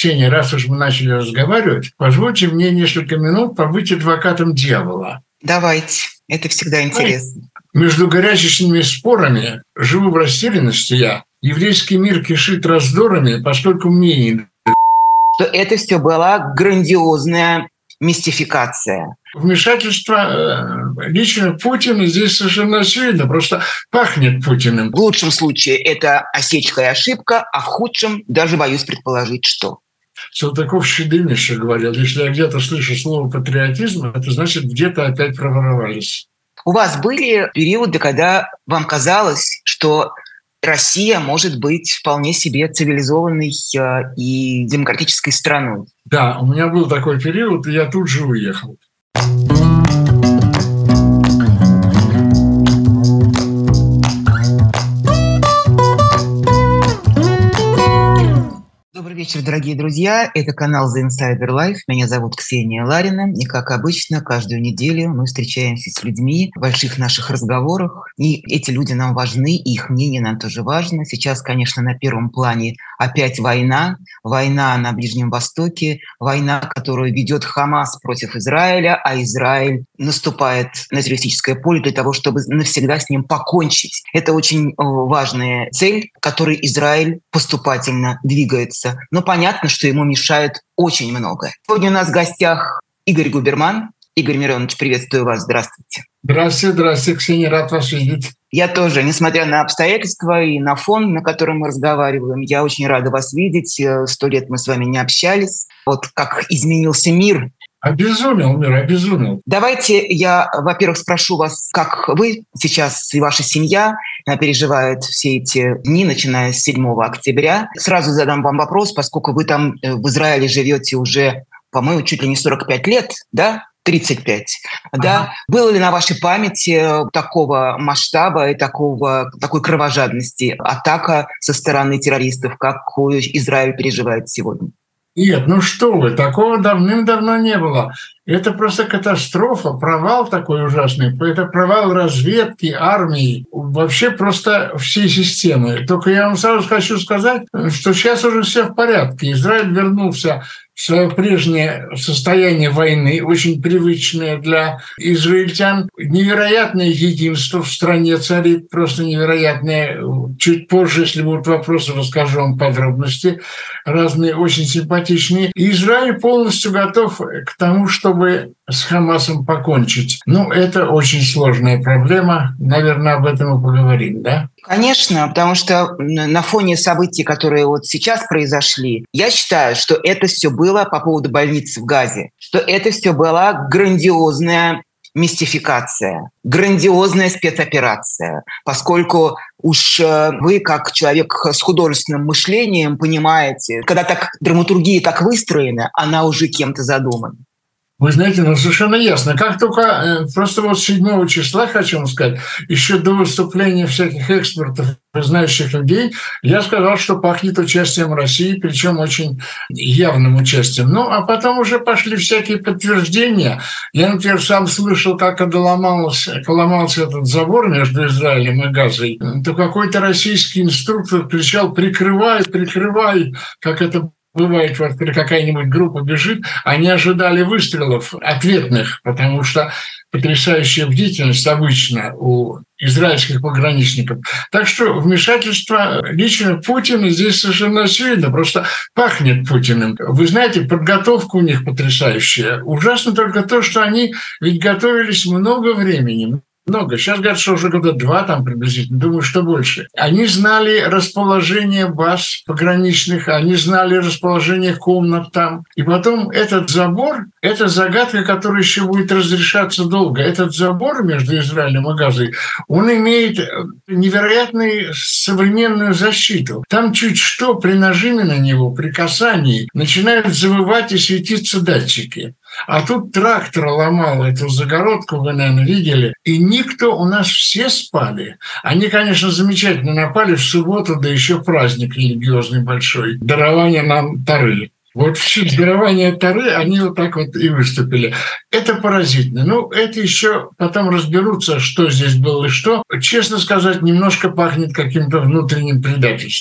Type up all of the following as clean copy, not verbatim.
Ксения, раз уж мы начали разговаривать, позвольте мне несколько минут побыть адвокатом дьявола. Давайте, это всегда интересно. Между горячечными спорами живу в растерянности я. Еврейский мир кишит раздорами, поскольку мнений. Что это все была грандиозная мистификация. Вмешательство лично Путина здесь совершенно очевидно, просто пахнет Путиным. В лучшем случае это осечка и ошибка, а в худшем даже боюсь предположить, что. Салтыков-Щедрин еще говорил, если я где-то слышу слово «патриотизм», это значит, где-то опять проворовались. У вас были периоды, когда вам казалось, что Россия может быть вполне себе цивилизованной и демократической страной? Да, у меня был такой период, и я тут же уехал. Добрый вечер, дорогие друзья. Это канал The Insider Life. Меня зовут Ксения Ларина. И, как обычно, каждую неделю мы встречаемся с людьми в больших наших разговорах. И эти люди нам важны, и их мнение нам тоже важно. Сейчас, конечно, на первом плане опять война. Война на Ближнем Востоке. Война, которую ведет Хамас против Израиля, а Израиль наступает на террористическое поле для того, чтобы навсегда с ним покончить. Это очень важная цель, к которой Израиль поступательно двигается. Но понятно, что ему мешает очень многое. Сегодня у нас в гостях Игорь Губерман. Игорь Миронович, приветствую вас. Здравствуйте. Здравствуйте, Ксения, рад вас видеть. Я тоже, несмотря на обстоятельства и на фон, на котором мы разговариваем, я очень рада вас видеть. 100 лет мы с вами не общались. Вот как изменился мир. Обезумел мир, обезумел. Давайте я, во-первых, спрошу вас, как вы сейчас и ваша семья переживают все эти дни, начиная с 7 октября. Сразу задам вам вопрос, поскольку вы там в Израиле живете уже, по-моему, чуть ли не 45 лет, да? 35. Ага. Да? Было ли на вашей памяти такого масштаба и такой кровожадности атака со стороны террористов, какую Израиль переживает сегодня? Нет, ну что вы, такого давным-давно не было. Это просто катастрофа, провал такой ужасный. Это провал разведки, армии, вообще просто всей системы. Только я вам сразу хочу сказать, что сейчас уже все в порядке. Израиль вернулся в свое прежнее состояние войны, очень привычное для израильтян. Невероятное единство в стране царит, просто невероятное. Чуть позже, если будут вопросы, расскажу вам подробности. Разные, очень симпатичные. И Израиль полностью готов к тому, чтобы с Хамасом покончить. Ну, это очень сложная проблема. Наверное, об этом и поговорим, да? Конечно, потому что на фоне событий, которые вот сейчас произошли, я считаю, что это все было по поводу больницы в Газе, что это все была грандиозная мистификация, грандиозная спецоперация, поскольку уж вы, как человек с художественным мышлением, понимаете, когда так драматургия так выстроена, она уже кем-то задумана. Вы знаете, ну совершенно ясно. Как только, просто вот 7 числа, хочу вам сказать, еще до выступления всяких экспертов и знающих людей, я сказал, что пахнет участием России, причем очень явным участием. Ну, а потом уже пошли всякие подтверждения. Я, например, сам слышал, как ломался этот забор между Израилем и Газой. То какой-то российский инструктор кричал «прикрывай, прикрывай», как это бывает, вот, когда какая-нибудь группа бежит, они ожидали выстрелов ответных, потому что потрясающая бдительность обычно у израильских пограничников. Так что вмешательство лично Путина здесь совершенно очевидно, просто пахнет Путиным. Вы знаете, подготовка у них потрясающая. Ужасно только то, что они ведь готовились много времени. Много. Сейчас говорят, что уже года 2 там приблизительно. Думаю, что больше. Они знали расположение баз пограничных, они знали расположение комнат там. И потом этот забор – это загадка, которая еще будет разрешаться долго. Этот забор между Израилем и Газой, он имеет невероятную современную защиту. Там чуть что при нажиме на него, при касании, начинают завывать и светиться датчики. А тут трактор ломал эту загородку, вы, наверное, видели. И никто, у нас все спали. Они, конечно, замечательно напали в субботу, да еще праздник религиозный большой. Дарование нам Торы. Вот в честь дарования Торы они вот так вот и выступили. Это поразительно. Ну, это еще потом разберутся, что здесь было и что. Честно сказать, немножко пахнет каким-то внутренним предательством.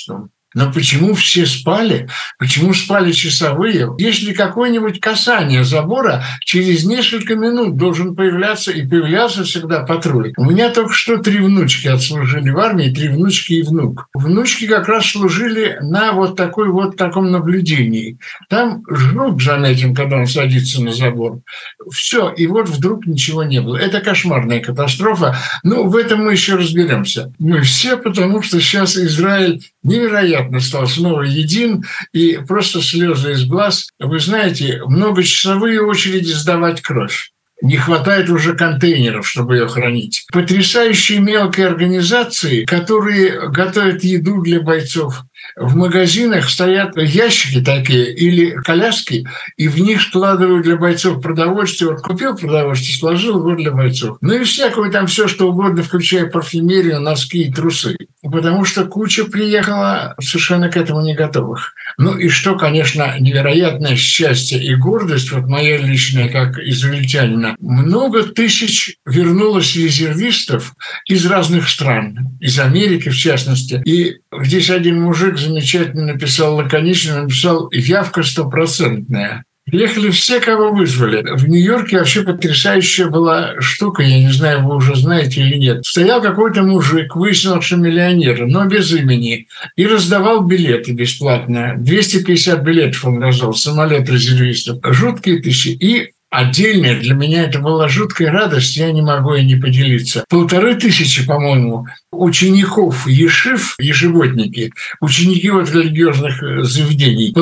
Но почему все спали? Почему спали часовые? Если какое-нибудь касание забора, через несколько минут должен появляться, и появлялся всегда патруль. У меня только что 3 внучки отслужили в армии, 3 внучки и внук. Внучки как раз служили на вот таком наблюдении. Там жук заметен, когда он садится на забор. Все, и вот вдруг ничего не было. Это кошмарная катастрофа. Ну, в этом мы еще разберемся. Мы все, потому что сейчас Израиль невероятно стал снова един, и просто слезы из глаз. Вы знаете, многочасовые очереди сдавать кровь. Не хватает уже контейнеров, чтобы ее хранить. Потрясающие мелкие организации, которые готовят еду для бойцов. В магазинах стоят ящики такие или коляски, и в них складывают для бойцов продовольствие. Вот купил продовольствие, сложил его для бойцов. Ну и всякое там все, что угодно, включая парфюмерию, носки и трусы. Потому что куча приехала совершенно к этому не готовых. Ну и что, конечно, невероятное счастье и гордость, вот моя личная, как израильтянина, много тысяч вернулось резервистов из разных стран, из Америки в частности. И здесь один мужик замечательно написал, лаконично написал: «Явка стопроцентная». Ехали все, кого вызвали. В Нью-Йорке вообще потрясающая была штука, я не знаю, вы уже знаете или нет. Стоял какой-то мужик, выяснилось, что миллионер, но без имени, и раздавал билеты бесплатно. 250 билетов он раздал, самолет резервистов. Жуткие тысячи. И отдельная для меня это была жуткая радость, я не могу и не поделиться. 1500, по-моему, учеников ешив, ежегодники, ученики вот религиозных заведений,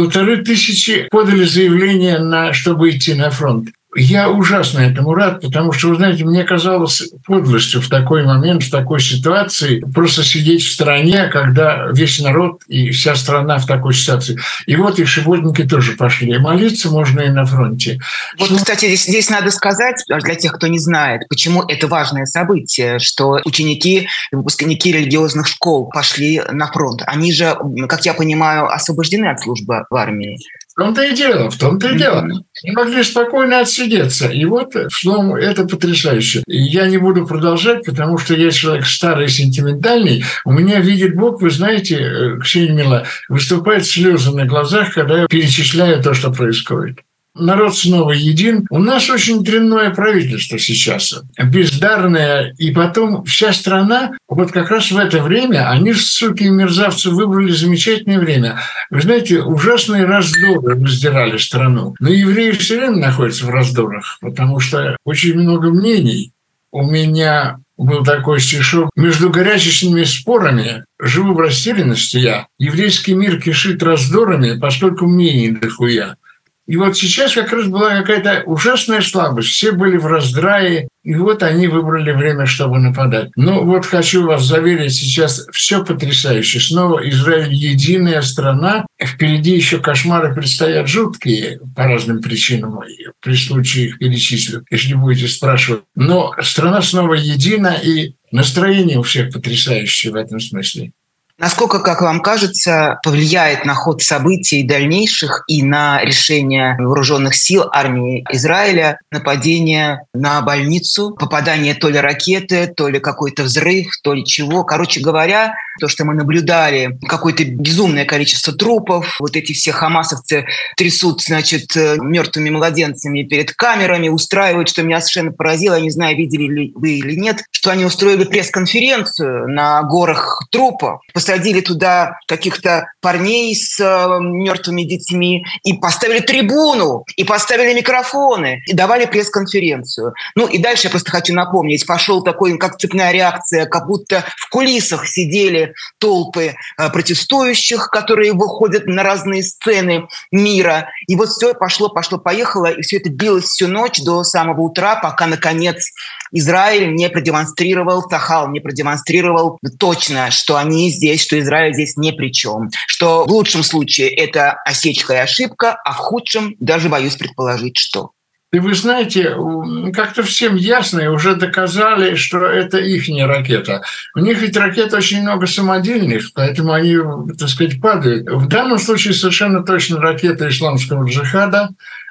1500 подали заявление, чтобы идти на фронт. Я ужасно этому рад, потому что, вы знаете, мне казалось подлостью в такой момент, в такой ситуации просто сидеть в стороне, когда весь народ и вся страна в такой ситуации. И вот ешивотники тоже пошли. И молиться можно и на фронте. Вот, кстати, здесь надо сказать, для тех, кто не знает, почему это важное событие, что ученики, выпускники религиозных школ пошли на фронт. Они же, как я понимаю, освобождены от службы в армии. В том-то и дело, в том-то и дело. Не могли спокойно отсидеться. И вот, словом, это потрясающе. И я не буду продолжать, потому что я человек старый и сентиментальный. У меня, видит Бог, вы знаете, Ксения Мила, выступают слезы на глазах, когда я перечисляю то, что происходит. Народ снова един. У нас очень дрянное правительство сейчас, бездарное. И потом вся страна, вот как раз в это время, они, суки и мерзавцы, выбрали замечательное время. Вы знаете, ужасные раздоры раздирали страну. Но евреи все время находятся в раздорах, потому что очень много мнений. У меня был такой стишок: «Между горячечными спорами живу в растерянности я. Еврейский мир кишит раздорами, поскольку мнений дохуя». И вот сейчас как раз была какая-то ужасная слабость. Все были в раздрае, и вот они выбрали время, чтобы нападать. Но вот хочу вас заверить, сейчас все потрясающе. Снова Израиль единая страна. Впереди еще кошмары предстоят жуткие по разным причинам. При случае их перечислю, если будете спрашивать. Но страна снова едина, и настроение у всех потрясающее в этом смысле. Насколько, как вам кажется, повлияет на ход событий дальнейших и на решение вооруженных сил армии Израиля нападение на больницу, попадание то ли ракеты, то ли какой-то взрыв, то ли чего? Короче говоря, то, что мы наблюдали, какое-то безумное количество трупов, вот эти все хамасовцы трясут, значит, мертвыми младенцами перед камерами, устраивают, что меня совершенно поразило, я не знаю, видели ли вы или нет, что они устроили пресс-конференцию на горах трупов, посадили туда каких-то парней с мертвыми детьми и поставили трибуну, и поставили микрофоны, и давали пресс-конференцию. Ну и дальше я просто хочу напомнить, пошел такой, как цепная реакция, как будто в кулисах сидели толпы протестующих, которые выходят на разные сцены мира. И вот все пошло-поехало, и все это длилось всю ночь до самого утра, пока, наконец, Израиль не продемонстрировал, Цахал не продемонстрировал точно, что они здесь, что Израиль здесь ни при чем. Что в лучшем случае это осечка и ошибка, а в худшем даже боюсь предположить, что. И вы знаете, как-то всем ясно, и уже доказали, что это ихняя ракета. У них ведь ракет очень много самодельных, поэтому они, так сказать, падают. В данном случае совершенно точно ракета исламского джихада.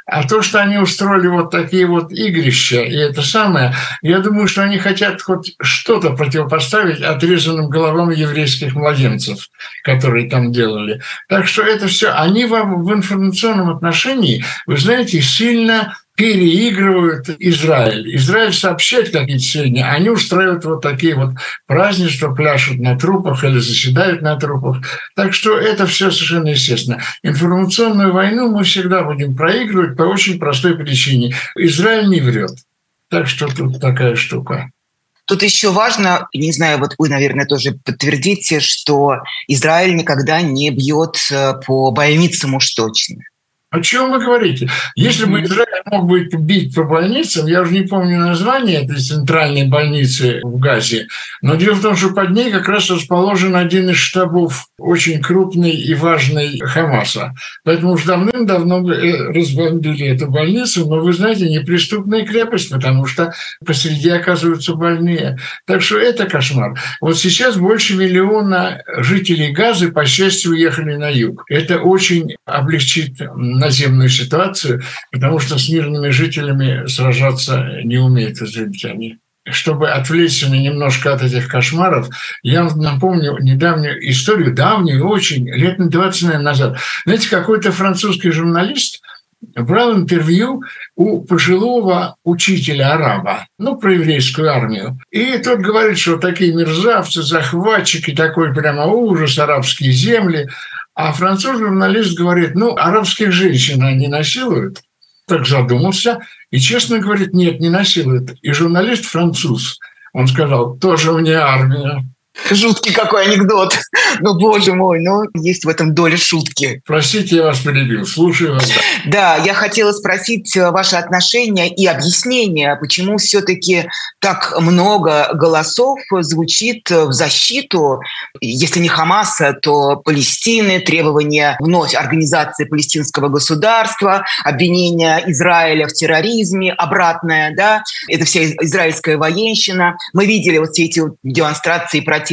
А то, что они устроили вот такие вот игрища, и это самое, я думаю, что они хотят хоть что-то противопоставить отрезанным головам еврейских младенцев, которые там делали. Так что это все, они вам в информационном отношении, вы знаете, сильно переигрывают Израиль. Израиль сообщает какие-то сведения, они устраивают вот такие вот празднества, пляшут на трупах или заседают на трупах. Так что это все совершенно естественно. Информационную войну мы всегда будем проигрывать по очень простой причине. Израиль не врет. Так что тут такая штука. Тут еще важно, не знаю, вот вы, наверное, тоже подтвердите, что Израиль никогда не бьет по больницам уж точно. О чем вы говорите? Если бы Израиль мог бы бить по больницам, я уже не помню название этой центральной больницы в Газе, но дело в том, что под ней как раз расположен один из штабов очень крупный и важный Хамаса. Поэтому уж давным-давно разбомбили эту больницу, но, вы знаете, неприступная крепость, потому что посреди оказываются больные. Так что это кошмар. Вот сейчас больше 1 миллиона жителей Газы, по счастью, уехали на юг. Это очень облегчит наземную ситуацию, потому что с мирными жителями сражаться не умеют израильтяне. Чтобы отвлечься немножко от этих кошмаров, я вам напомню недавнюю историю, давнюю очень, лет на 20, наверное, назад. Знаете, какой-то французский журналист брал интервью у пожилого учителя-араба, про еврейскую армию. И тот говорит, что такие мерзавцы, захватчики, такой прямо ужас, арабские земли. А французский журналист говорит, арабских женщин они насилуют. Так задумался и честно говорит, нет, не насилуют. И журналист француз, он сказал, тоже мне армия. Жуткий какой анекдот. Боже мой, есть в этом доля шутки. Простите, я вас перебил. Слушаю вас. Да, я хотела спросить ваше отношение и объяснение, почему все-таки так много голосов звучит в защиту, если не Хамаса, то Палестины, требования вновь организации палестинского государства, обвинения Израиля в терроризме, обратное, да, это вся израильская военщина. Мы видели вот все эти демонстрации и протесты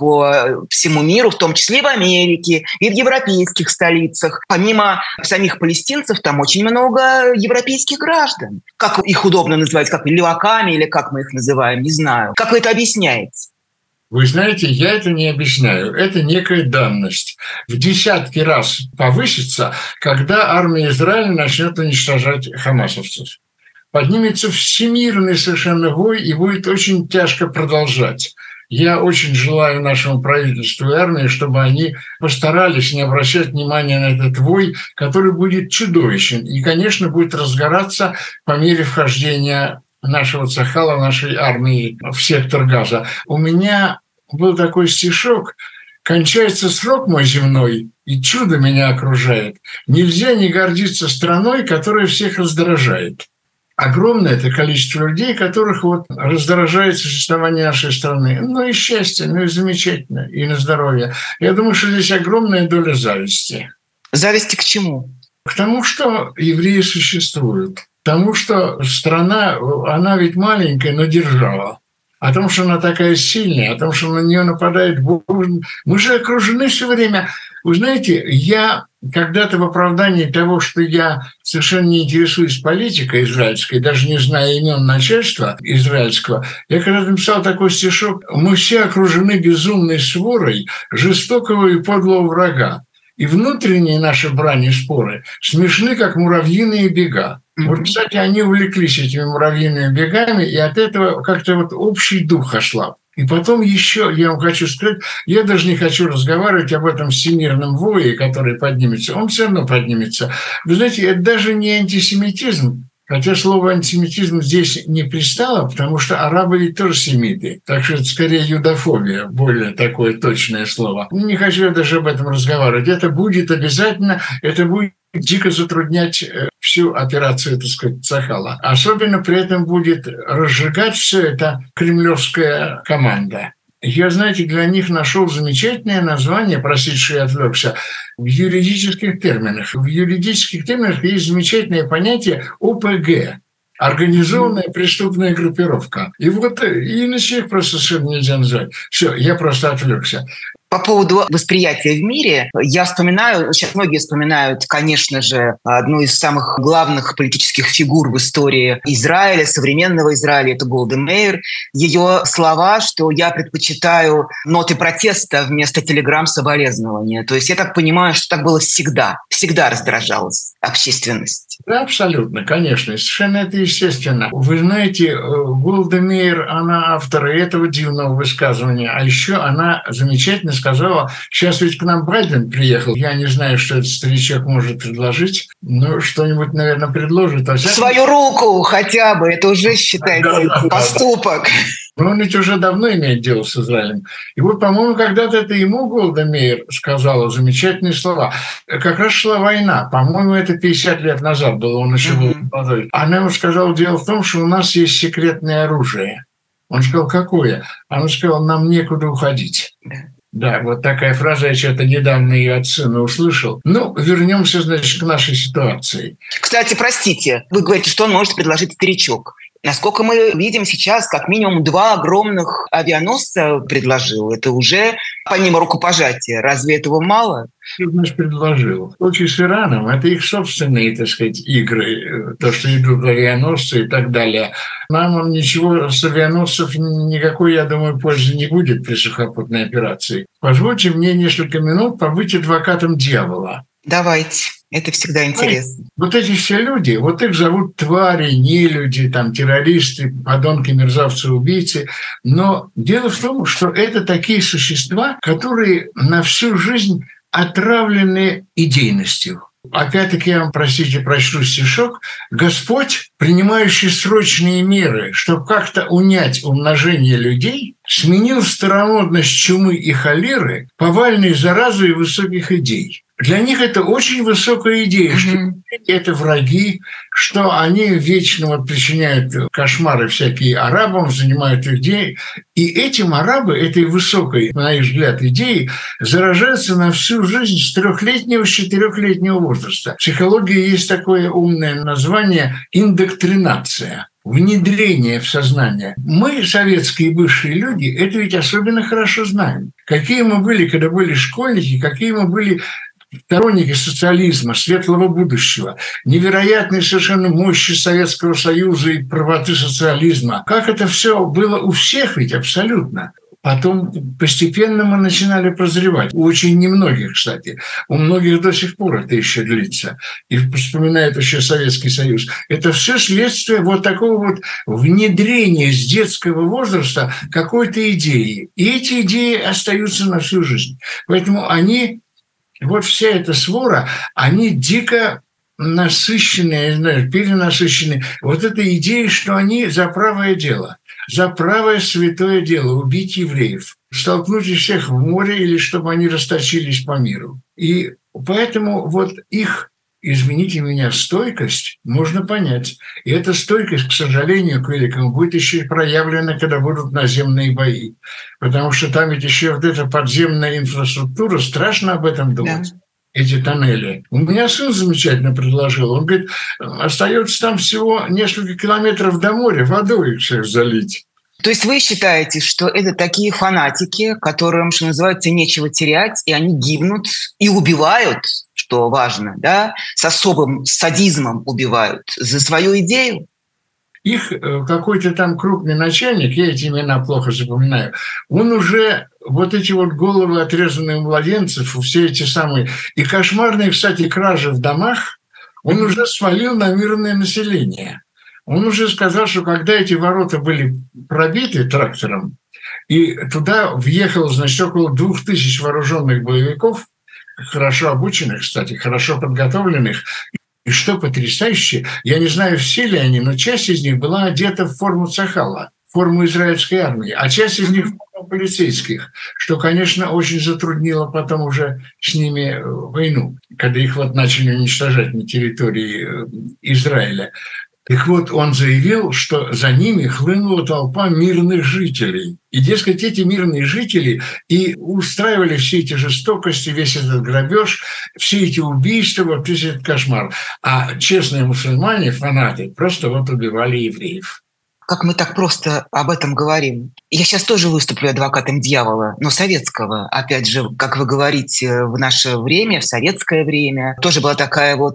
по всему миру, в том числе в Америке и в европейских столицах. Помимо самих палестинцев, там очень много европейских граждан. Как их удобно называть, как леваками или как мы их называем, не знаю. Как вы это объясняете? Вы знаете, я это не объясняю. Это некая данность. В десятки раз повысится, когда армия Израиля начнет уничтожать хамасовцев. Поднимется всемирный совершенно вой и будет очень тяжко продолжать. Я очень желаю нашему правительству и армии, чтобы они постарались не обращать внимания на этот вой, который будет чудовищен и, конечно, будет разгораться по мере вхождения нашего Цахала, нашей армии в сектор Газа. У меня был такой стишок: «Кончается срок мой земной, и чудо меня окружает. Нельзя не гордиться страной, которая всех раздражает». Огромное это количество людей, которых раздражает существование нашей страны. И счастье, и замечательно, и на здоровье. Я думаю, что здесь огромная доля зависти. Зависти к чему? К тому, что евреи существуют. К тому, что страна, она ведь маленькая, но держава. О том, что она такая сильная, о том, что на нее нападает Бог. Мы же окружены все время. Вы знаете, я когда-то в оправдании того, что я совершенно не интересуюсь политикой израильской, даже не зная имен начальства израильского, я когда-то написал такой стишок: «Мы все окружены безумной сворой жестокого и подлого врага. И внутренние наши брани и споры смешны, как муравьиные бега». Вот, кстати, они увлеклись этими муравьиными бегами, и от этого как-то общий дух ослаб. И потом еще, я вам хочу сказать, я даже не хочу разговаривать об этом всемирном вое, который поднимется. Он все равно поднимется. Вы знаете, это даже не антисемитизм, хотя слово антисемитизм здесь не пристало, потому что арабы ведь тоже семиты. Так что это скорее юдофобия, более такое точное слово. Не хочу я даже об этом разговаривать. Это будет обязательно, это будет дико затруднять всю операцию, так сказать, Цахала. Особенно при этом будет разжигать все это кремлевская команда. Я, знаете, для них нашел замечательное название, простите, что я отвлекся, в юридических терминах. В юридических терминах есть замечательное понятие ОПГ. Организованная преступная группировка. И иначе их просто совершенно нельзя назвать. Все, я просто отвлекся. По поводу восприятия в мире, я вспоминаю, сейчас многие вспоминают, конечно же, одну из самых главных политических фигур в истории Израиля, современного Израиля, это Голда Меир. Ее слова, что я предпочитаю ноты протеста вместо телеграмм соболезнования. То есть я так понимаю, что так было всегда. Всегда раздражалась общественность. Да, абсолютно, конечно, совершенно это естественно. Вы знаете, Голда Меир, она автор этого дивного высказывания, а еще она замечательно сказала, сейчас ведь к нам Байден приехал, я не знаю, что этот старичок может предложить, но что-нибудь, наверное, предложит. Свою руку хотя бы, это уже считается поступок. Но он ведь уже давно имеет дело с Израилем. И вот, по-моему, когда-то это ему Голда Меир сказала замечательные слова. Как раз шла война. По-моему, это 50 лет назад было, он еще был молодой. Она ему сказала, дело в том, что у нас есть секретное оружие. Он сказал, какое? Она сказала, нам некуда уходить. Да, вот такая фраза, я что-то недавно ее от сына услышал. Ну, вернемся, значит, к нашей ситуации. Кстати, простите, вы говорите, что он может предложить старичок. Насколько мы видим сейчас, как минимум 2 огромных авианосца предложил. Это уже помимо рукопожатия. Разве этого мало? Что значит предложил? В случае с Ираном это их собственные, так сказать, игры, то, что идут авианосцы и так далее. Нам ничего с авианосцев никакой, я думаю, пользы не будет при сухопутной операции. Позвольте мне несколько минут побыть адвокатом дьявола. Давайте. Это всегда интересно. Вот эти все люди, вот их зовут твари, нелюди, там, террористы, подонки, мерзавцы, убийцы. Но дело в том, что это такие существа, которые на всю жизнь отравлены идейностью. Опять-таки, я вам, простите, прочту стишок. «Господь, принимающий срочные меры, чтобы как-то унять умножение людей, сменил старомодность чумы и холеры повальной заразой высоких идей». Для них это очень высокая идея, что это враги, что они вечно причиняют кошмары всякие арабам, занимают их деньги. И этим арабы, этой высокой, на их взгляд, идеей, заражаются на всю жизнь с 3-летнего, с 4-летнего возраста. В психологии есть такое умное название «индоктринация». Внедрение в сознание. Мы, советские бывшие люди, это ведь особенно хорошо знаем. Какие мы были, когда были школьники, какие мы были сторонники социализма, светлого будущего, невероятной совершенно мощи Советского Союза и правоты социализма. Как это все было у всех ведь абсолютно. Потом постепенно мы начинали прозревать. У очень немногих, кстати. У многих до сих пор это еще длится. И вспоминают еще Советский Союз. Это все следствие вот такого вот внедрения с детского возраста какой-то идеи. И эти идеи остаются на всю жизнь. Поэтому они... Вот вся эта свора, они дико насыщенные, я знаю, перенасыщенные. Вот этой идеей, что они за правое дело, за правое святое дело – убить евреев, столкнуть их всех в море или чтобы они расточились по миру. И поэтому вот их, извините меня, стойкость можно понять. И эта стойкость, к сожалению, к великому, будет еще и проявлена, когда будут наземные бои. Потому что там ведь еще вот эта подземная инфраструктура, страшно об этом думать. Да. Эти тоннели. У меня сын замечательно предложил. Он говорит, остается там всего несколько километров до моря, водой их всех залить. То есть вы считаете, что это такие фанатики, которым, что называется, нечего терять, и они гибнут и убивают, что важно, да, с особым садизмом убивают за свою идею? Их какой-то там крупный начальник, я эти имена плохо запоминаю, он уже вот эти вот головы отрезанные у младенцев, все эти самые, и кошмарные, кстати, кражи в домах, он уже свалил на мирное население. Он уже сказал, что когда эти ворота были пробиты трактором, и туда въехало, значит, около 2000 вооруженных боевиков, хорошо обученных, кстати, хорошо подготовленных, и что потрясающе, я не знаю, все ли они, но часть из них была одета в форму цахала, форму израильской армии, а часть из них в форму полицейских, что, конечно, очень затруднило потом уже с ними войну, когда их вот начали уничтожать на территории Израиля. Так вот, он заявил, что за ними хлынула толпа мирных жителей. И, дескать, эти мирные жители и устраивали все эти жестокости, весь этот грабеж, все эти убийства, вот весь этот кошмар. А честные мусульмане, фанаты, просто вот убивали евреев. как мы так просто об этом говорим. Я сейчас тоже выступлю адвокатом дьявола, но советского. Опять же, как вы говорите, в наше время, в советское время, тоже была такая вот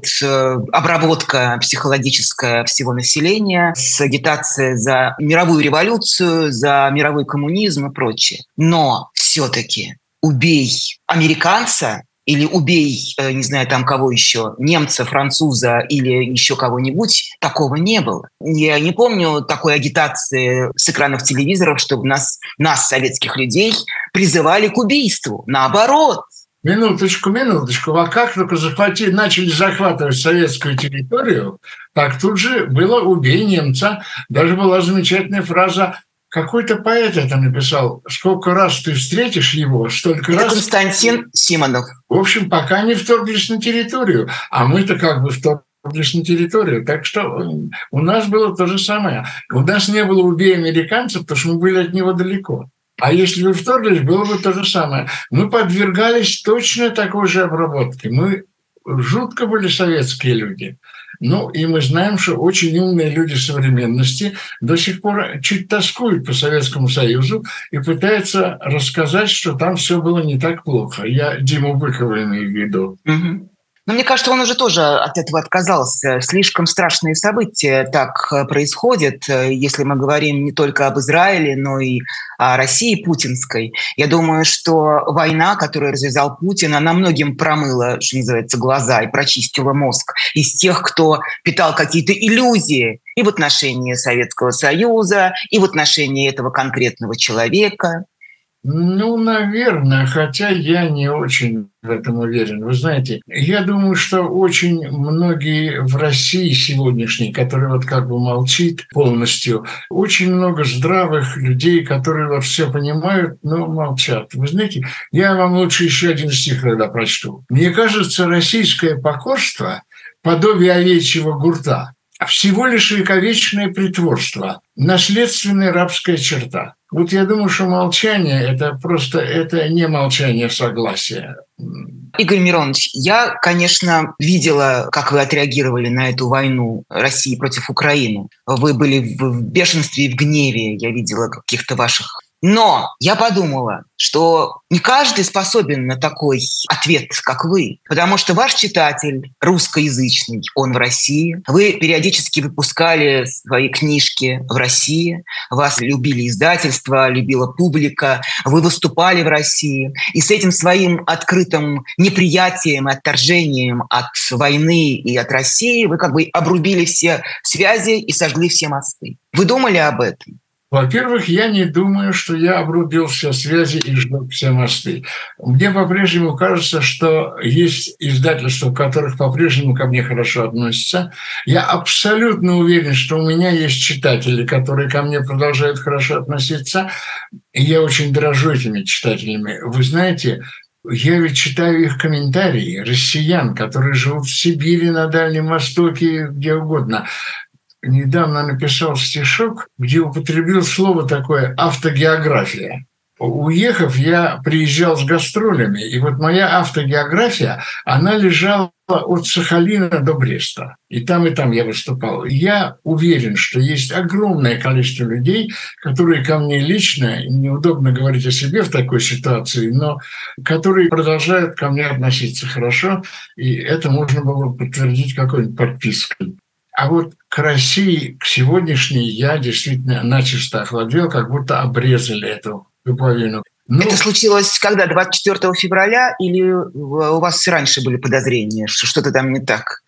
обработка психологическая всего населения с агитацией за мировую революцию, за мировой коммунизм и прочее. Но все-таки убей американца, или убей, не знаю, там кого еще, немца, француза или еще кого-нибудь, такого не было. Я не помню такой агитации с экранов телевизоров, чтобы нас, советских людей, призывали к убийству. Наоборот. Минуточку. А как только начали захватывать советскую территорию, так тут же было «убей немца». Даже была замечательная фраза. Какой-то поэт это написал. Сколько раз ты встретишь его, столько это раз... Константин Симонов. В общем, пока не вторглись на территорию. А мы-то как бы вторглись на территорию. Так что у нас было то же самое. У нас не было «убей американцев», потому что мы были от него далеко. А если бы вторглись, было бы то же самое. Мы подвергались точно такой же обработке. Мы жутко были советские люди. Ну, и мы знаем, что очень умные люди современности до сих пор чуть тоскуют по Советскому Союзу и пытаются рассказать, что там все было не так плохо. Я Диму Быкова имею в виду. Угу. Но мне кажется, он уже тоже от этого отказался. Слишком страшные события так происходят, если мы говорим не только об Израиле, но и о России путинской. Я думаю, что война, которую развязал Путин, она многим промыла, что называется, глаза и прочистила мозг из тех, кто питал какие-то иллюзии и в отношении Советского Союза, и в отношении этого конкретного человека. Ну, наверное, хотя я не очень в этом уверен. Вы знаете, я думаю, что очень многие в России сегодняшней, которые вот как бы молчит полностью, очень много здравых людей, которые вот все понимают, но молчат. Вы знаете, я вам лучше еще один стих тогда прочту. Мне кажется, российское покорство – подобие овечьего гурта, всего лишь вековечное притворство, наследственная рабская черта. Вот я думаю, что молчание – это не молчание согласия. Игорь Миронович, я, конечно, видела, как вы отреагировали на эту войну России против Украины. Вы были в бешенстве и в гневе, я видела каких-то ваших. Но я подумала, что не каждый способен на такой ответ, как вы. Потому что ваш читатель русскоязычный, он в России. Вы периодически выпускали свои книжки в России. Вас любили издательства, любила публика. Вы выступали в России. И с этим своим открытым неприятием и отторжением от войны и от России вы как бы обрубили все связи и сожгли все мосты. Вы думали об этом? Во-первых, я не думаю, что я обрубил все связи и сжег все мосты. Мне по-прежнему кажется, что есть издательства, в которых по-прежнему ко мне хорошо относятся. Я абсолютно уверен, что у меня есть читатели, которые ко мне продолжают хорошо относиться. И я очень дорожу этими читателями. Вы знаете, я ведь читаю их комментарии, россиян, которые живут в Сибири, на Дальнем Востоке, где угодно. Недавно написал стишок, где употребил слово такое «автогеография». Уехав, я приезжал с гастролями, и вот моя автогеография, она лежала от Сахалина до Бреста. И там я выступал. Я уверен, что есть огромное количество людей, которые ко мне лично, неудобно говорить о себе в такой ситуации, но которые продолжают ко мне относиться хорошо, и это можно было подтвердить какой-нибудь подпиской. А вот к России, к сегодняшней, я действительно начисто охладел, как будто обрезали эту пуповину. Это случилось когда? 24 февраля? Или у вас раньше были подозрения, что что-то там не так?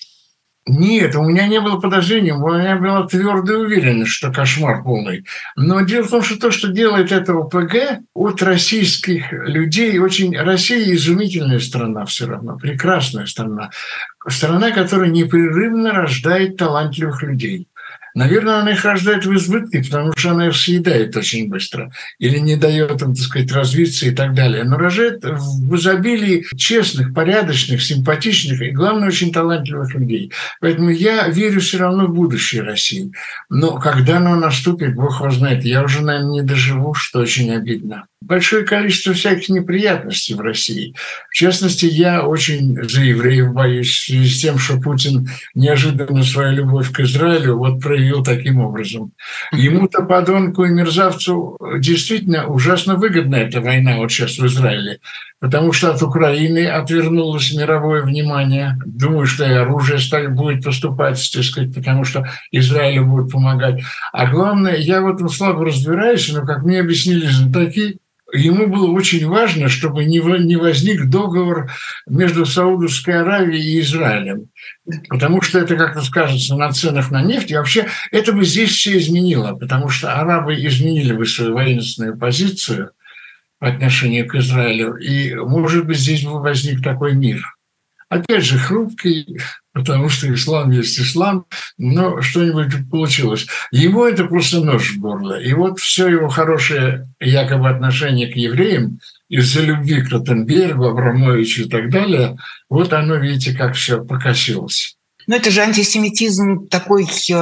Нет, у меня не было подозрений, у меня была твердая уверенность, что кошмар полный. Но дело в том, что то, что делает это ОПГ от российских людей, Россия изумительная страна все равно, прекрасная страна. Страна, которая непрерывно рождает талантливых людей. Наверное, она их рождает в избытке, потому что она их съедает очень быстро или не дает им, так сказать, развиться и так далее. Но рождает в изобилии честных, порядочных, симпатичных и, главное, очень талантливых людей. Поэтому я верю все равно в будущее России. Но когда оно наступит, Бог его знает, я уже, наверное, не доживу, что очень обидно. Большое количество всяких неприятностей в России. В частности, я очень за евреев боюсь в связи с тем, что Путин неожиданно свою любовь к Израилю проявил заявил таким образом. Ему-то, подонку и мерзавцу, действительно ужасно выгодна эта война вот сейчас в Израиле, потому что от Украины отвернулось мировое внимание. Думаю, что и оружие будет поступать, так сказать, потому что Израилю будет помогать. А главное, я в этом слабо разбираюсь, но, как мне объяснили знатоки, ему было очень важно, чтобы не возник договор между Саудовской Аравией и Израилем, потому что это как-то скажется на ценах на нефть. И вообще это бы здесь все изменило, потому что арабы изменили бы свою воинственную позицию по отношению к Израилю, и, может быть, здесь бы возник такой мир. Опять же, хрупкий, потому что ислам есть ислам, но что-нибудь получилось. Ему это просто нож в горло. И вот все его хорошее якобы отношение к евреям из-за любви к Ротенбергу, Абрамовичу и так далее, вот оно, видите, как все покосилось. Но это же антисемитизм такой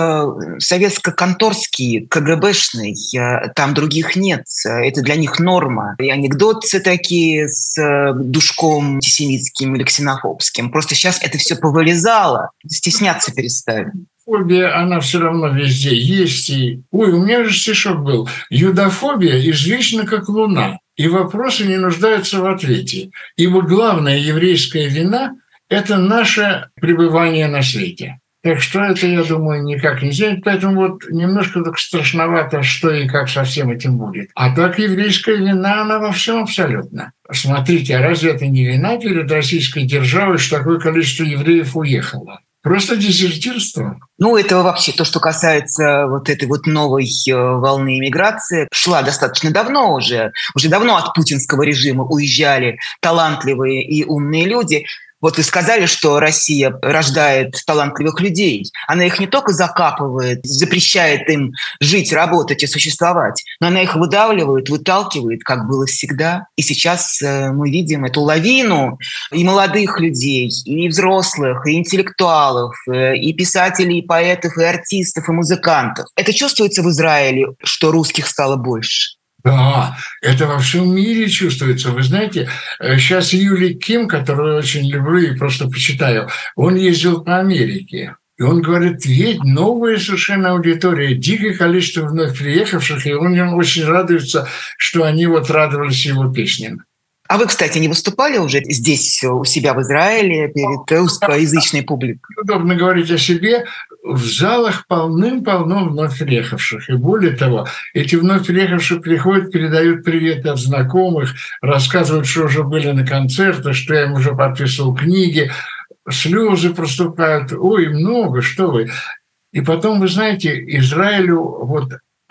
советско-конторский, КГБшный, там других нет, это для них норма. И анекдоты такие с душком антисемитским или ксенофобским. Просто сейчас это все повылезало, стесняться перестали. Фобия, она все равно везде есть. И... Ой, у меня же стишок был. Юдофобия извечна, как луна, и вопросы не нуждаются в ответе. Ибо главная еврейская вина – это наше пребывание на свете. Так что это, я думаю, никак не сделать. Поэтому вот немножко так страшновато, что и как со всем этим будет. А так еврейская вина, она во всем абсолютно. Смотрите, а разве это не вина перед российской державой, что такое количество евреев уехало? Просто дезертирство. Ну, это вообще то, что касается вот этой вот новой волны иммиграции, шла достаточно давно уже. Уже давно от путинского режима уезжали талантливые и умные люди. Вот вы сказали, что Россия рождает талантливых людей. Она их не только закапывает, запрещает им жить, работать и существовать, но она их выдавливает, выталкивает, как было всегда. И сейчас мы видим эту лавину и молодых людей, и взрослых, и интеллектуалов, и писателей, и поэтов, и артистов, и музыкантов. Это чувствуется в Израиле, что русских стало больше? Да, это во всем мире чувствуется. Вы знаете, сейчас Юлий Ким, которого я очень люблю и просто почитаю, он ездил по Америке. И он говорит, ведь новая совершенно аудитория, дикое количество вновь приехавших, и он очень радуется, что они вот радовались его песням. А вы, кстати, не выступали уже здесь, у себя в Израиле, перед русскоязычной публикой? Удобно говорить о себе. В залах полным-полно вновь приехавших. И более того, эти вновь приехавшие приходят, передают привет от знакомых, рассказывают, что уже были на концертах, что я им уже подписывал книги, слезы проступают. Ой, много, что вы. И потом, вы знаете, Израилю вот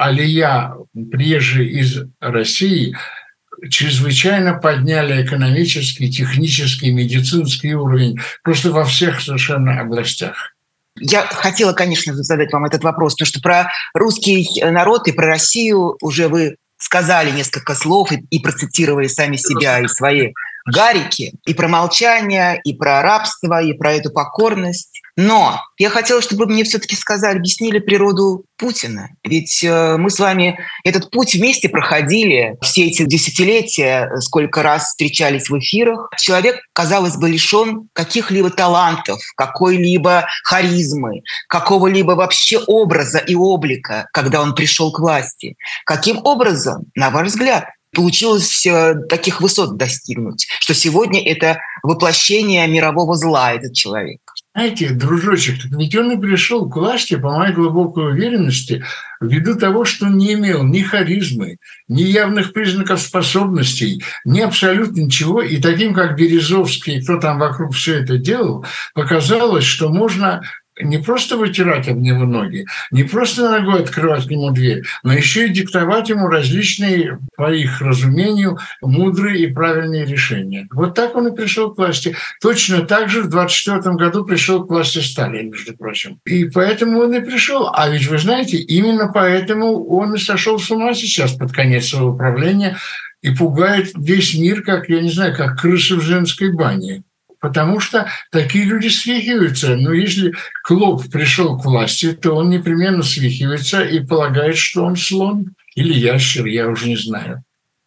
алия, приезжие из России, чрезвычайно подняли экономический, технический, медицинский уровень просто во всех совершенно областях. Я хотела, конечно, задать вам этот вопрос, потому что про русский народ и про Россию уже вы сказали несколько слов и процитировали сами себя и свои гарики, и про молчание, и про рабство, и про эту покорность. Но я хотела, чтобы вы мне все-таки сказали, объяснили природу Путина. Ведь мы с вами этот путь вместе проходили все эти десятилетия, сколько раз встречались в эфирах. Человек, казалось бы, лишен каких-либо талантов, какой-либо харизмы, какого-либо вообще образа и облика, когда он пришел к власти. Каким образом, на ваш взгляд, получилось таких высот достигнуть, что сегодня это воплощение мирового зла, этот человек? Знаете, дружочек, ведь он и пришел к власти, по моей глубокой уверенности, ввиду того, что не имел ни харизмы, ни явных признаков способностей, ни абсолютно ничего. И таким, как Березовский, кто там вокруг все это делал, показалось, что можно не просто вытирать об него ноги, не просто ногой открывать к нему дверь, но еще и диктовать ему различные, по их разумению, мудрые и правильные решения. Вот так он и пришел к власти. Точно так же в 1924 году пришел к власти Сталин, между прочим. И поэтому он и пришел. А ведь вы знаете, именно поэтому он и сошел с ума сейчас под конец своего правления и пугает весь мир, как, я не знаю, как крысы в женской бане. Потому что такие люди свихиваются. Но если клоп пришел к власти, то он непременно свихивается и полагает, что он слон или ящер, я уже не знаю.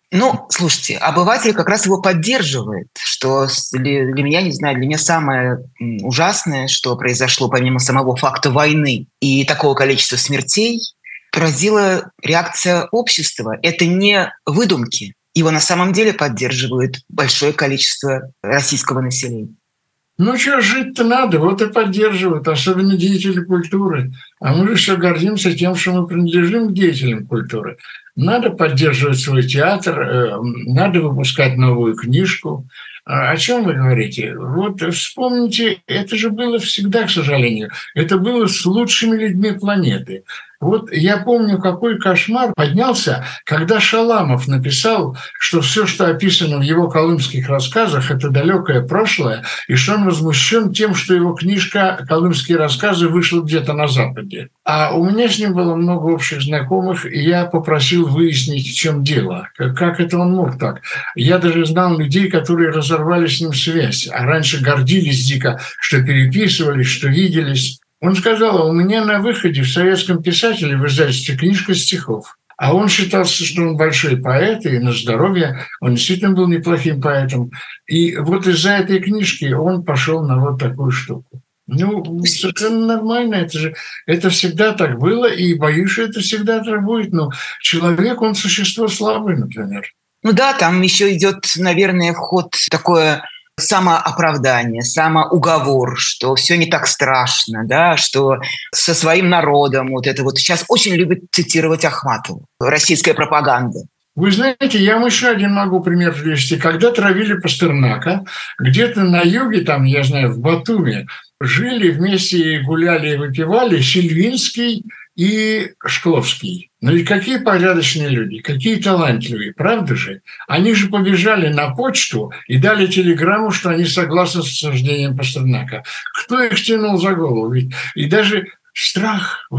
Ну, слушайте, обыватель как раз его поддерживает, что для меня, не знаю, для меня самое ужасное, что произошло помимо самого факта войны и такого количества смертей, поразила реакция общества. Это не выдумки. Его на самом деле поддерживает большое количество российского населения. Ну что, жить-то надо, вот и поддерживают, особенно деятели культуры. А мы же все гордимся тем, что мы принадлежим к деятелям культуры. Надо поддерживать свой театр, надо выпускать новую книжку. О чем вы говорите? Вот вспомните, это же было всегда, к сожалению. Это было с лучшими людьми планеты. Вот я помню, какой кошмар поднялся, когда Шаламов написал, что все, что описано в его колымских рассказах, это далекое прошлое, и что он возмущен тем, что его книжка «Колымские рассказы» вышла где-то на Западе. А у меня с ним было много общих знакомых, и я попросил выяснить, в чем дело. Как это он мог так? Я даже знал людей, которые разорвали с ним связь, а раньше гордились дико, что переписывались, что виделись. Он сказал, у меня на выходе в советском писателе в издательстве книжка стихов. А он считался, что он большой поэт, и на здоровье он действительно был неплохим поэтом. И вот из-за этой книжки он пошел на вот такую штуку. Ну, совершенно нормально, это всегда так было, и боюсь, что это всегда так будет. Но человек, он существо слабое, например. Ну да, там еще идет, наверное, в ход такое самооправдание, самоуговор, что все не так страшно, да, что со своим народом вот это вот. Сейчас очень любят цитировать Ахматову, российская пропаганда. Вы знаете, я вам еще один могу пример привести. Когда травили Пастернака, где-то на юге, там, я знаю, в Батуми, жили вместе, гуляли и выпивали Сильвинский и Шкловский. Ну и какие порядочные люди, какие талантливые, правда же? Они же побежали на почту и дали телеграмму, что они согласны с осуждением Пастернака. Кто их тянул за голову? И даже страх,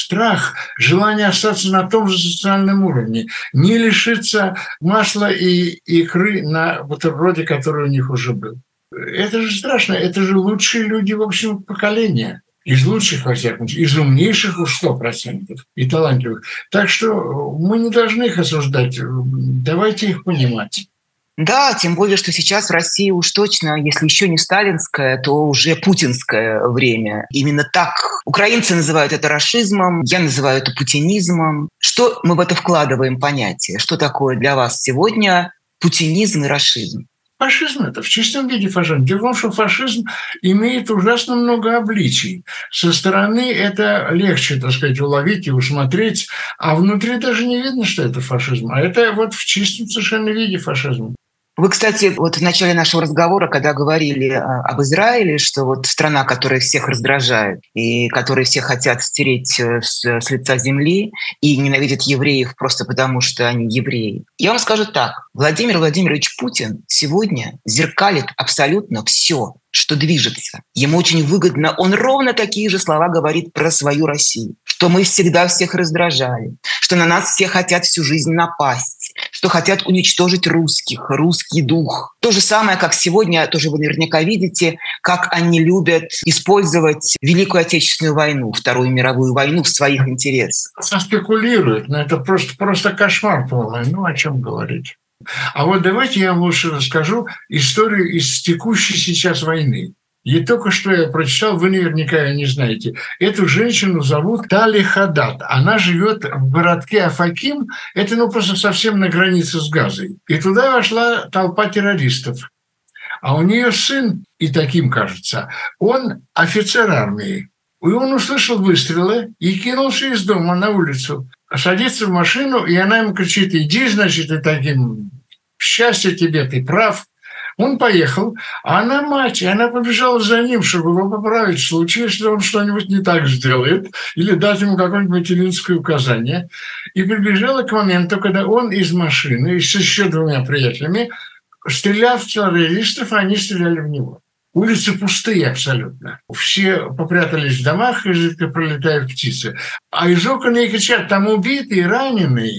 желание остаться на том же социальном уровне, не лишиться масла и икры на бутерброде, который у них уже был. Это же страшно, это же лучшие люди, в общем, поколения. Из лучших, во всяком случае, из умнейших уж 100% и талантливых. Так что мы не должны их осуждать, давайте их понимать. Да, тем более, что сейчас в России уж точно, если еще не сталинское, то уже путинское время. Именно так украинцы называют это рашизмом, я называю это путинизмом. Что мы в это вкладываем понятие? Что такое для вас сегодня путинизм и рашизм? Фашизм – это в чистом виде фашизм. Дело в том, что фашизм имеет ужасно много обличий. Со стороны это легче, так сказать, уловить и усмотреть, а внутри даже не видно, что это фашизм. А это вот в чистом совершенно виде фашизм. Вы, кстати, вот в начале нашего разговора, когда говорили об Израиле, что вот страна, которая всех раздражает и которые все хотят стереть с лица земли и ненавидят евреев просто потому, что они евреи. Я вам скажу так. Владимир Владимирович Путин сегодня зеркалит абсолютно все, что движется. Ему очень выгодно. Он ровно такие же слова говорит про свою Россию. Что мы всегда всех раздражали, что на нас все хотят всю жизнь напасть, что хотят уничтожить русских, русский дух. То же самое, как сегодня, тоже вы наверняка видите, как они любят использовать Великую Отечественную войну, Вторую мировую войну в своих интересах. Спекулируют, но это просто кошмар полный. Ну, о чем говорить? А вот давайте я вам лучше расскажу историю из текущей сейчас войны. И только что я прочитал, вы наверняка ее не знаете. Эту женщину зовут Тали Хадад. Она живет в городке Афаким. Это просто совсем на границе с Газой. И туда вошла толпа террористов. А у нее сын, и таким кажется, он офицер армии. И он услышал выстрелы и кинулся из дома на улицу. Садится в машину, и она ему кричит: иди, значит, и таким, счастье тебе, ты прав. Он поехал, а она мать, и она побежала за ним, чтобы его поправить в случае, если он что-нибудь не так сделает, или дать ему какое-нибудь материнское указание. И прибежала к моменту, когда он из машины, с еще двумя приятелями, стрелял в террористов, а они стреляли в него. Улицы пустые абсолютно. Все попрятались в домах, изредка пролетают птицы. А из окон ей кричат: там убитые, раненые.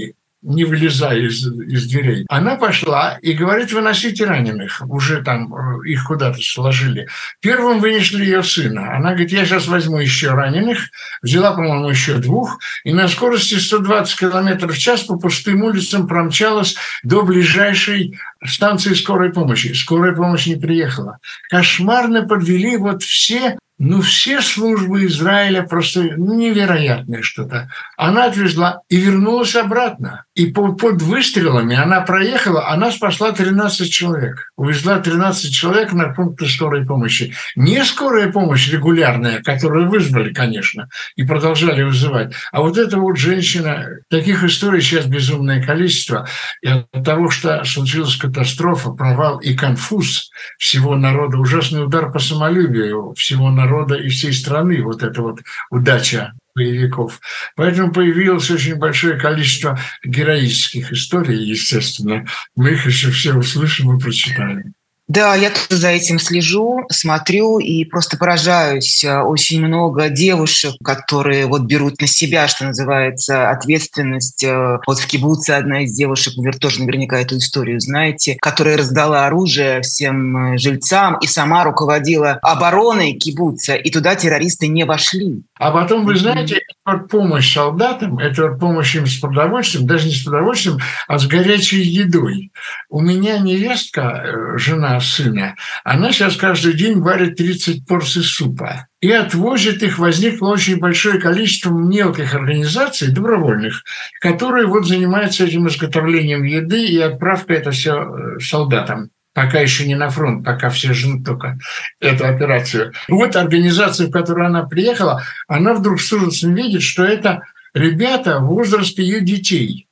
не вылезая из дверей. Она пошла и говорит: выносите раненых. Уже там их куда-то сложили. Первым вынесли ее сына. Она говорит: я сейчас возьму еще раненых. Взяла, по-моему, еще 2. И на скорости 120 км в час по пустым улицам промчалась до ближайшей станции скорой помощи. Скорая помощь не приехала. Кошмарно подвели все службы Израиля, просто невероятное что-то. Она отвезла и вернулась обратно. И под выстрелами она проехала, она спасла 13 человек. Увезла 13 человек на пункты скорой помощи. Не скорая помощь регулярная, которую вызвали, конечно, и продолжали вызывать, а вот эта вот женщина. Таких историй сейчас безумное количество. И от того, что случилась катастрофа, провал и конфуз всего народа, ужасный удар по самолюбию всего народа и всей страны, вот эта вот удача боевиков. Поэтому появилось очень большое количество героических историй, естественно. Мы их еще все услышим и прочитаем. Да, я тоже за этим слежу, смотрю и просто поражаюсь. Очень много девушек, которые берут на себя, что называется, ответственность. Вот в кибуце одна из девушек, вы тоже наверняка эту историю знаете, которая раздала оружие всем жильцам и сама руководила обороной кибуца, и туда террористы не вошли. А потом, вы знаете, это помощь солдатам, это помощь им с продовольствием, даже не с продовольствием, а с горячей едой. У меня невестка, жена сына, она сейчас каждый день варит 30 порций супа и отвозит их. Возникло очень большое количество мелких организаций, добровольных, которые занимаются этим изготовлением еды и отправкой это все солдатам. Пока еще не на фронт, пока все ждут только эту операцию. Вот организация, в которую она приехала, она вдруг с ужасом видит, что это ребята в возрасте ее детей,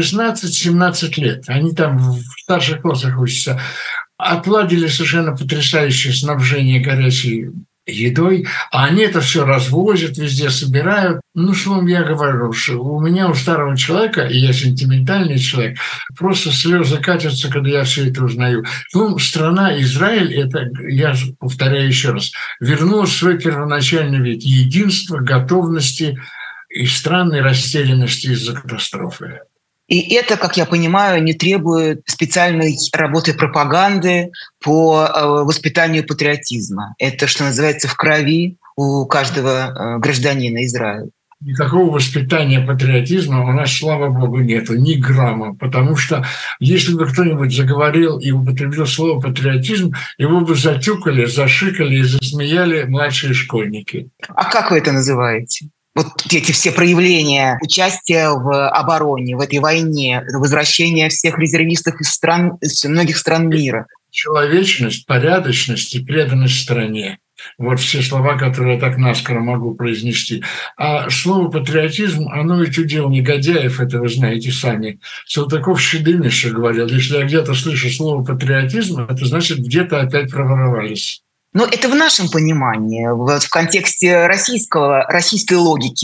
16-17 лет. Они там в старших классах учатся. Отладили совершенно потрясающее снабжение горячей едой, а они это все развозят, везде собирают. Словом, я говорю, что у меня, у старого человека, и я сентиментальный человек, просто слезы катятся, когда я все это узнаю. Страна Израиль, это, я повторяю еще раз, вернулась в свой первоначальный вид единства, готовности и странной растерянности из-за катастрофы. И это, как я понимаю, не требует специальной работы пропаганды по воспитанию патриотизма. Это, что называется, в крови у каждого гражданина Израиля. Никакого воспитания патриотизма у нас, слава богу, нету, ни грамма. Потому что если бы кто-нибудь заговорил и употребил слово «патриотизм», его бы затюкали, зашикали и засмеяли младшие школьники. А как вы это называете? Вот эти все проявления участия в обороне, в этой войне, возвращение всех резервистов из многих стран мира. Человечность, порядочность и преданность стране. Вот все слова, которые я так наскоро могу произнести. А слово «патриотизм», оно ведь удел негодяев, это вы знаете сами. Салтыков-Щедрин еще говорил: если я где-то слышу слово «патриотизм», это значит, где-то опять проворовались. Но это в нашем понимании, в контексте российской логики,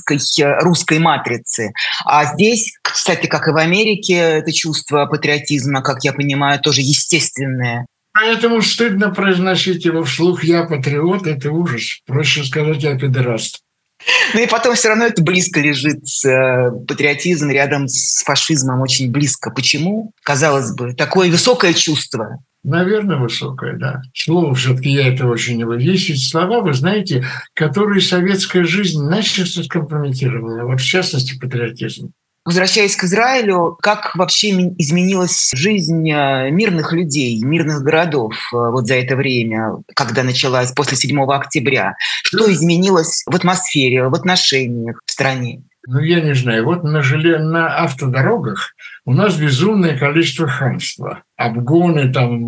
русской матрицы. А здесь, кстати, как и в Америке, это чувство патриотизма, как я понимаю, тоже естественное. Поэтому стыдно произносить его вслух. Я патриот, это ужас. Проще сказать, я педераст. И потом все равно это близко лежит, патриотизм рядом с фашизмом очень близко. Почему? Казалось бы, такое высокое чувство. Наверное, высокое, да. Слово все-таки я это очень не люблю. Есть ведь слова, вы знаете, которые советская жизнь начисто скомпрометировала. Вот в частности, патриотизм. Возвращаясь к Израилю, как вообще изменилась жизнь мирных людей, мирных городов за это время, когда началась после 7 октября? Что изменилось в атмосфере, в отношениях в стране? Я не знаю. Вот на автодорогах у нас безумное количество хамства. Обгоны,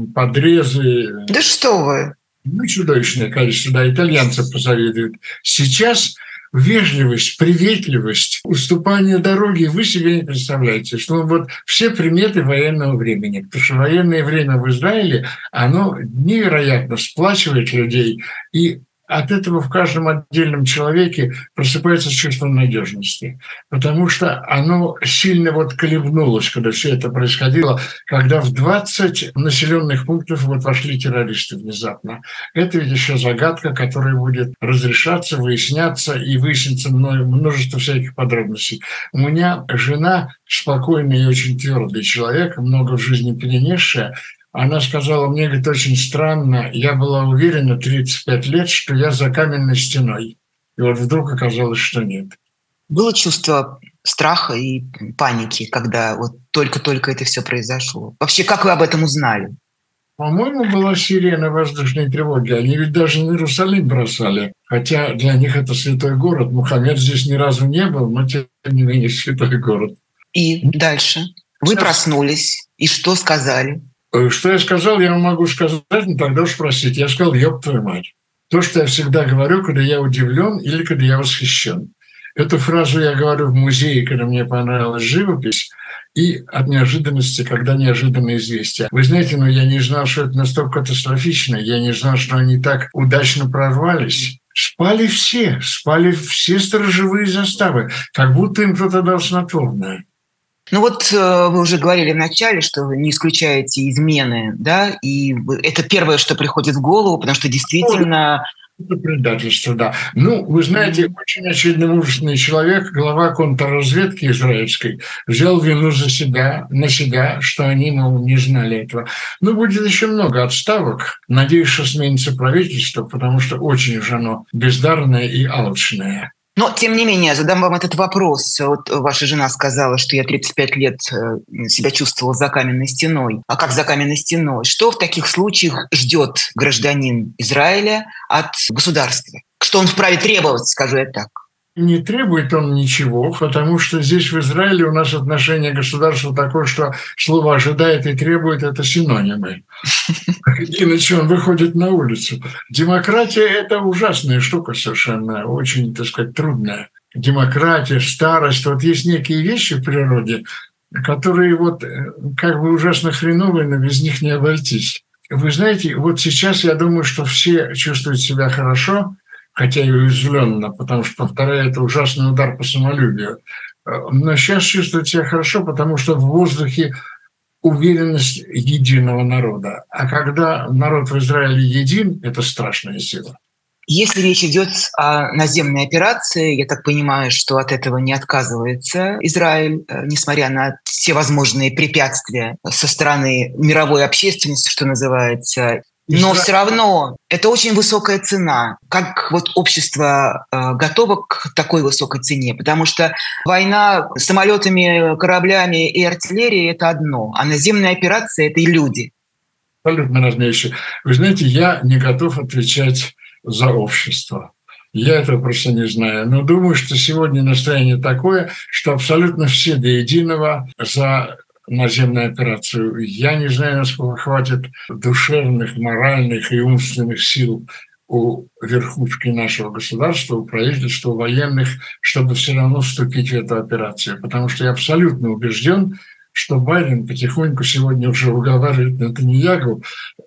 подрезы. Да что вы! Чудовищное количество. Да, итальянцы позавидуют. Сейчас вежливость, приветливость, уступание дороги вы себе не представляете. Что все приметы военного времени. Потому что военное время в Израиле, оно невероятно сплачивает людей и от этого в каждом отдельном человеке просыпается чувство надежности, потому что оно сильно вот колебнулось, когда все это происходило, когда в 20 населенных пунктов вот вошли террористы внезапно. Это ведь еще загадка, которая будет разрешаться, выясняться, и выяснится множество всяких подробностей. У меня жена спокойный и очень твердый человек, много в жизни перенесшая. Она сказала мне, говорит, очень странно, я была уверена 35 лет, что я за каменной стеной. И вот вдруг оказалось, что нет. Было чувство страха и паники, когда вот только-только это все произошло? Вообще, как вы об этом узнали? По-моему, была сирена воздушной тревоги. Они ведь даже на Иерусалим бросали. Хотя для них это святой город. Мухаммед здесь ни разу не был, но тем не менее святой город. И дальше? Вы Сейчас. Проснулись, и что сказали? Что я сказал, я вам могу сказать, но тогда уж спросить. Я сказал, ёб твою мать. То, что я всегда говорю, когда я удивлен или когда я восхищен. Эту фразу я говорю в музее, когда мне понравилась живопись, и от неожиданности, когда неожиданное известие. Вы знаете, я не знал, что это настолько катастрофично, я не знал, что они так удачно прорвались. Спали все сторожевые заставы, как будто им кто-то дал снотворное. Ну вот вы уже говорили в начале, что вы не исключаете измены, да, и это первое, что приходит в голову, потому что действительно... Это предательство, да. Вы знаете, очень очевидно мужественный человек, глава контрразведки израильской, взял вину на себя, что они, не знали этого. Будет еще много отставок. Надеюсь, что сменится правительство, потому что очень уж оно бездарное и алчное. Но, тем не менее, задам вам этот вопрос. Вот ваша жена сказала, что я 35 лет себя чувствовала за каменной стеной. А как за каменной стеной? Что в таких случаях ждет гражданин Израиля от государства? Что он вправе требовать, скажу я так? Не требует он ничего, потому что здесь, в Израиле, у нас отношение к государству такое, что слово «ожидает» и «требует» – это синонимы. Иначе он выходит на улицу. Демократия – это ужасная штука совершенно, очень, так сказать, трудная. Демократия, старость. Вот есть некие вещи в природе, которые как бы ужасно хреновые, но без них не обойтись. Вы знаете, вот сейчас я думаю, что все чувствуют себя хорошо, хотя и уязвленно, потому что, повторяю, это ужасный удар по самолюбию. Но сейчас чувствуют себя хорошо, потому что в воздухе уверенность единого народа. А когда народ в Израиле един, это страшная сила. Если речь идет о наземной операции, я так понимаю, что от этого не отказывается Израиль, несмотря на все возможные препятствия со стороны мировой общественности, что называется. Но все равно это очень высокая цена. Как общество готово к такой высокой цене? Потому что война с самолетами, кораблями и артиллерией – это одно, а наземная операция – это и люди. Абсолютно разные вещи. Вы знаете, я не готов отвечать за общество. Я этого просто не знаю. Но думаю, что сегодня настроение такое, что абсолютно все до единого за наземную операцию. Я не знаю, насколько хватит душевных, моральных и умственных сил у верхушки нашего государства, у правительства, у военных, чтобы все равно вступить в эту операцию. Потому что я абсолютно убежден, что Байден потихоньку сегодня уже уговаривает Нетаньяху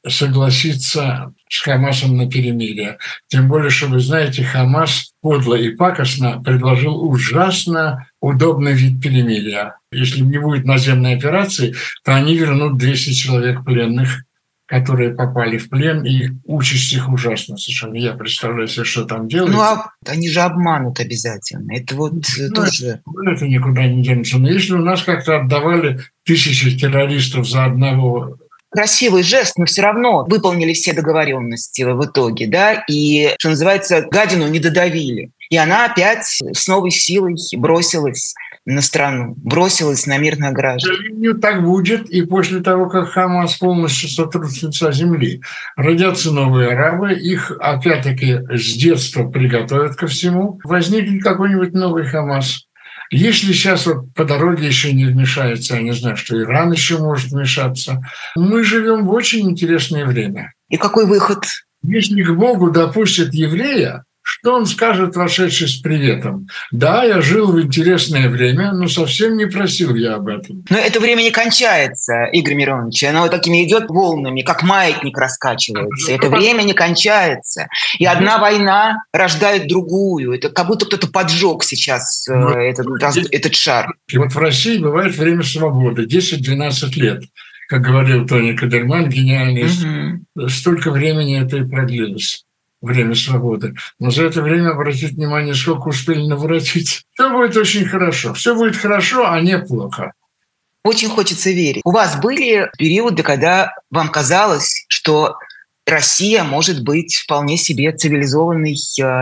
согласиться с Хамасом на перемирие. Тем более, что, вы знаете, Хамас подло и пакостно предложил ужасно удобный вид перемирия. Если не будет наземной операции, то они вернут 200 человек пленных, которые попали в плен, и участь их ужасна совершенно. Я представляю себе, что там делается. Они же обманут обязательно. Это тоже... Это никуда не денется. Но если у нас как-то отдавали тысячи террористов за одного... Красивый жест, но все равно выполнили все договоренности в итоге, да, и, что называется, гадину не додавили. И она опять с новой силой бросилась на страну, бросилась на мирных граждан. К сожалению, так будет и после того, как Хамас полностью сотрут с лица земли. Родятся новые арабы, их опять-таки с детства приготовят ко всему. Возникнет какой-нибудь новый Хамас. Если сейчас по дороге еще не вмешается, я не знаю, что Иран еще может вмешаться, мы живем в очень интересное время. И какой выход? Если к Богу допустят еврея, Что он скажет, вошедший с приветом? Да, я жил в интересное время, но совсем не просил я об этом. Но это время не кончается, Игорь Миронович. Оно вот такими идет волнами, как маятник раскачивается. Это время не кончается. И одна война рождает другую. Это как будто кто-то поджег сейчас этот шар. И вот в России бывает время свободы, 10-12 лет. Как говорил Тони Кадерман, гениальный, столько времени это и продлилось. Время свободы. Но за это время, обратите внимание, сколько успели наворотить. Все будет очень хорошо. Все будет хорошо, а не плохо. Очень хочется верить. У вас были периоды, когда вам казалось, что Россия может быть вполне себе цивилизованной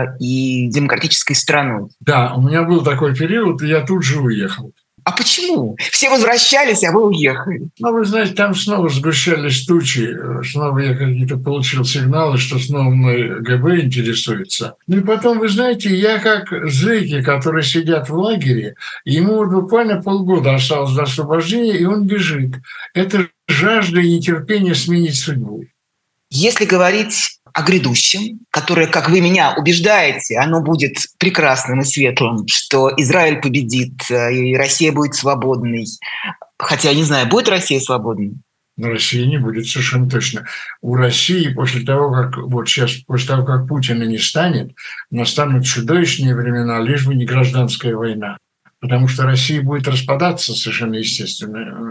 и демократической страной? Да, у меня был такой период, и я тут же уехал. А почему? Все возвращались, а вы уехали. Ну, вы знаете, там снова сгущались тучи, снова я какие-то получил сигналы, что снова мной ГБ интересуется. Ну и потом, вы знаете, я как зэки, которые сидят в лагере, ему вот буквально полгода осталось до освобождения, и он бежит. Это жажда и нетерпение сменить судьбу. Если говорить о грядущем, которое, как вы меня убеждаете, оно будет прекрасным и светлым, что Израиль победит, и Россия будет свободной. Хотя, не знаю, будет Россия свободной? Но России не будет совершенно точно. У России после того, как вот сейчас, после того, как Путина не станет, настанут чудовищные времена, лишь бы не гражданская война. Потому что Россия будет распадаться совершенно естественно.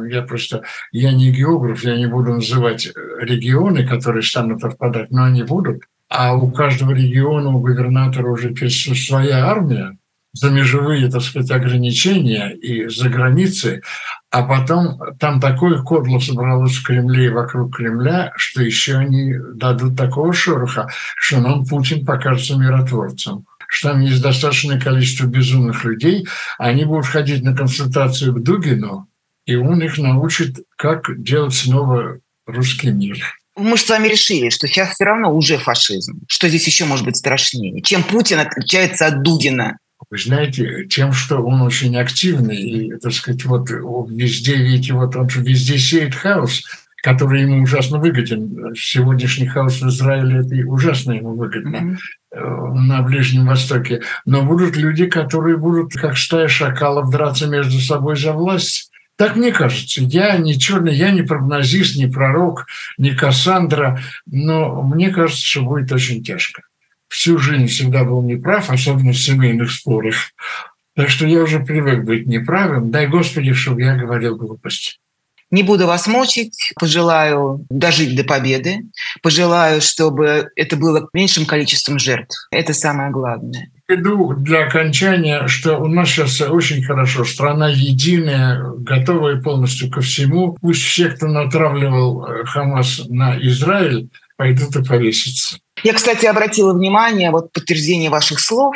Я не географ, я не буду называть регионы, которые станут распадать, но они будут. А у каждого региона, у губернатора уже своя армия, за межевые, так сказать, ограничения и за границы. А потом там такое кодло собралось в Кремле и вокруг Кремля, что еще они дадут такого шороха, что нам Путин покажется миротворцем. Что там есть достаточное количество безумных людей, они будут ходить на консультацию к Дугину, и он их научит, как делать снова русский мир. Мы же с вами решили, что сейчас все равно уже фашизм. Что здесь еще может быть страшнее? Чем Путин отличается от Дугина? Вы знаете, тем, что он очень активный, и, так сказать, вот везде, видите, вот он же везде сеет хаос, который ему ужасно выгоден. Сегодняшний хаос в Израиле – это ужасно ему выгодно на Ближнем Востоке. Но будут люди, которые будут, как стая шакалов, драться между собой за власть. Так мне кажется. Я не черный, я не прогнозист, не пророк, не Кассандра, но мне кажется, что будет очень тяжко. Всю жизнь всегда был неправ, особенно в семейных спорах. Так что я уже привык быть неправым. Дай Господи, чтобы я говорил глупости. Не буду вас мучить, пожелаю дожить до победы, пожелаю, чтобы это было меньшим количеством жертв. Это самое главное. Иду для окончания, что у нас сейчас очень хорошо, страна единая, готовая полностью ко всему. Пусть все, кто натравливал Хамас на Израиль, пойдут и повесятся. Я, кстати, обратила внимание, вот подтверждение ваших слов,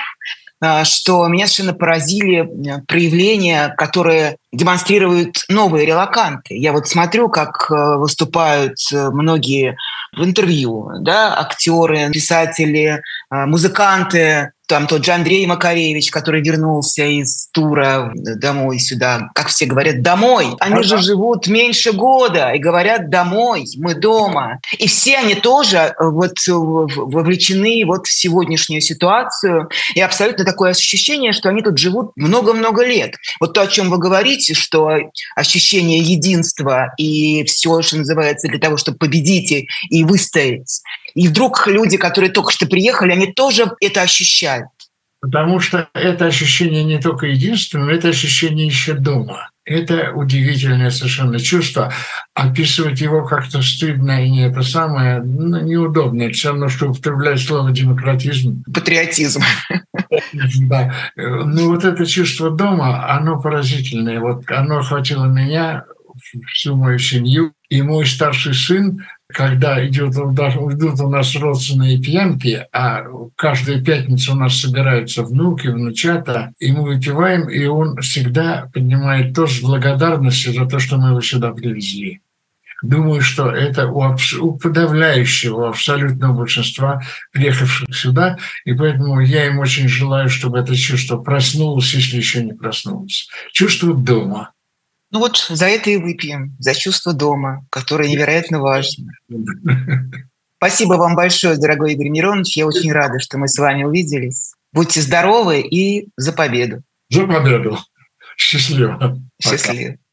что меня совершенно поразили проявления, которые демонстрируют новые релоканты. Я вот смотрю, как выступают многие в интервью, да, актеры, писатели, музыканты, там тот же Андрей Макаревич, который вернулся из тура домой сюда, как все говорят, домой. Они же живут меньше года и говорят домой, мы дома. И все они тоже вот вовлечены вот в сегодняшнюю ситуацию. И абсолютно такое ощущение, что они тут живут много-много лет. Вот то, о чем вы говорите, что ощущение единства и все, что называется, для того, чтобы победить и выстоять. И вдруг люди, которые только что приехали, они тоже это ощущают. Потому что это ощущение не только единства, но это ощущение еще дома. Это удивительное совершенно чувство. Описывать его как-то стыдно и не это самое, неудобно. Это все равно, что употреблять слово «демократизм». Патриотизм. Да. Но вот это чувство дома, оно поразительное. Вот оно охватило меня, всю мою семью. И мой старший сын, когда идут у нас родственные пьянки, а каждую пятницу у нас собираются внуки, внучата, и мы выпиваем, и он всегда поднимает тост с благодарностью за то, что мы его сюда привезли. Думаю, что это у подавляющего абсолютного большинства приехавших сюда, и поэтому я им очень желаю, чтобы это чувство проснулось, если еще не проснулось. Чувство дома. Ну вот за это и выпьем, за чувство дома, которое невероятно важно. Спасибо вам большое, дорогой Игорь Миронович. Я очень рада, что мы с вами увиделись. Будьте здоровы и за победу. За победу. Счастливо. Пока. Счастливо.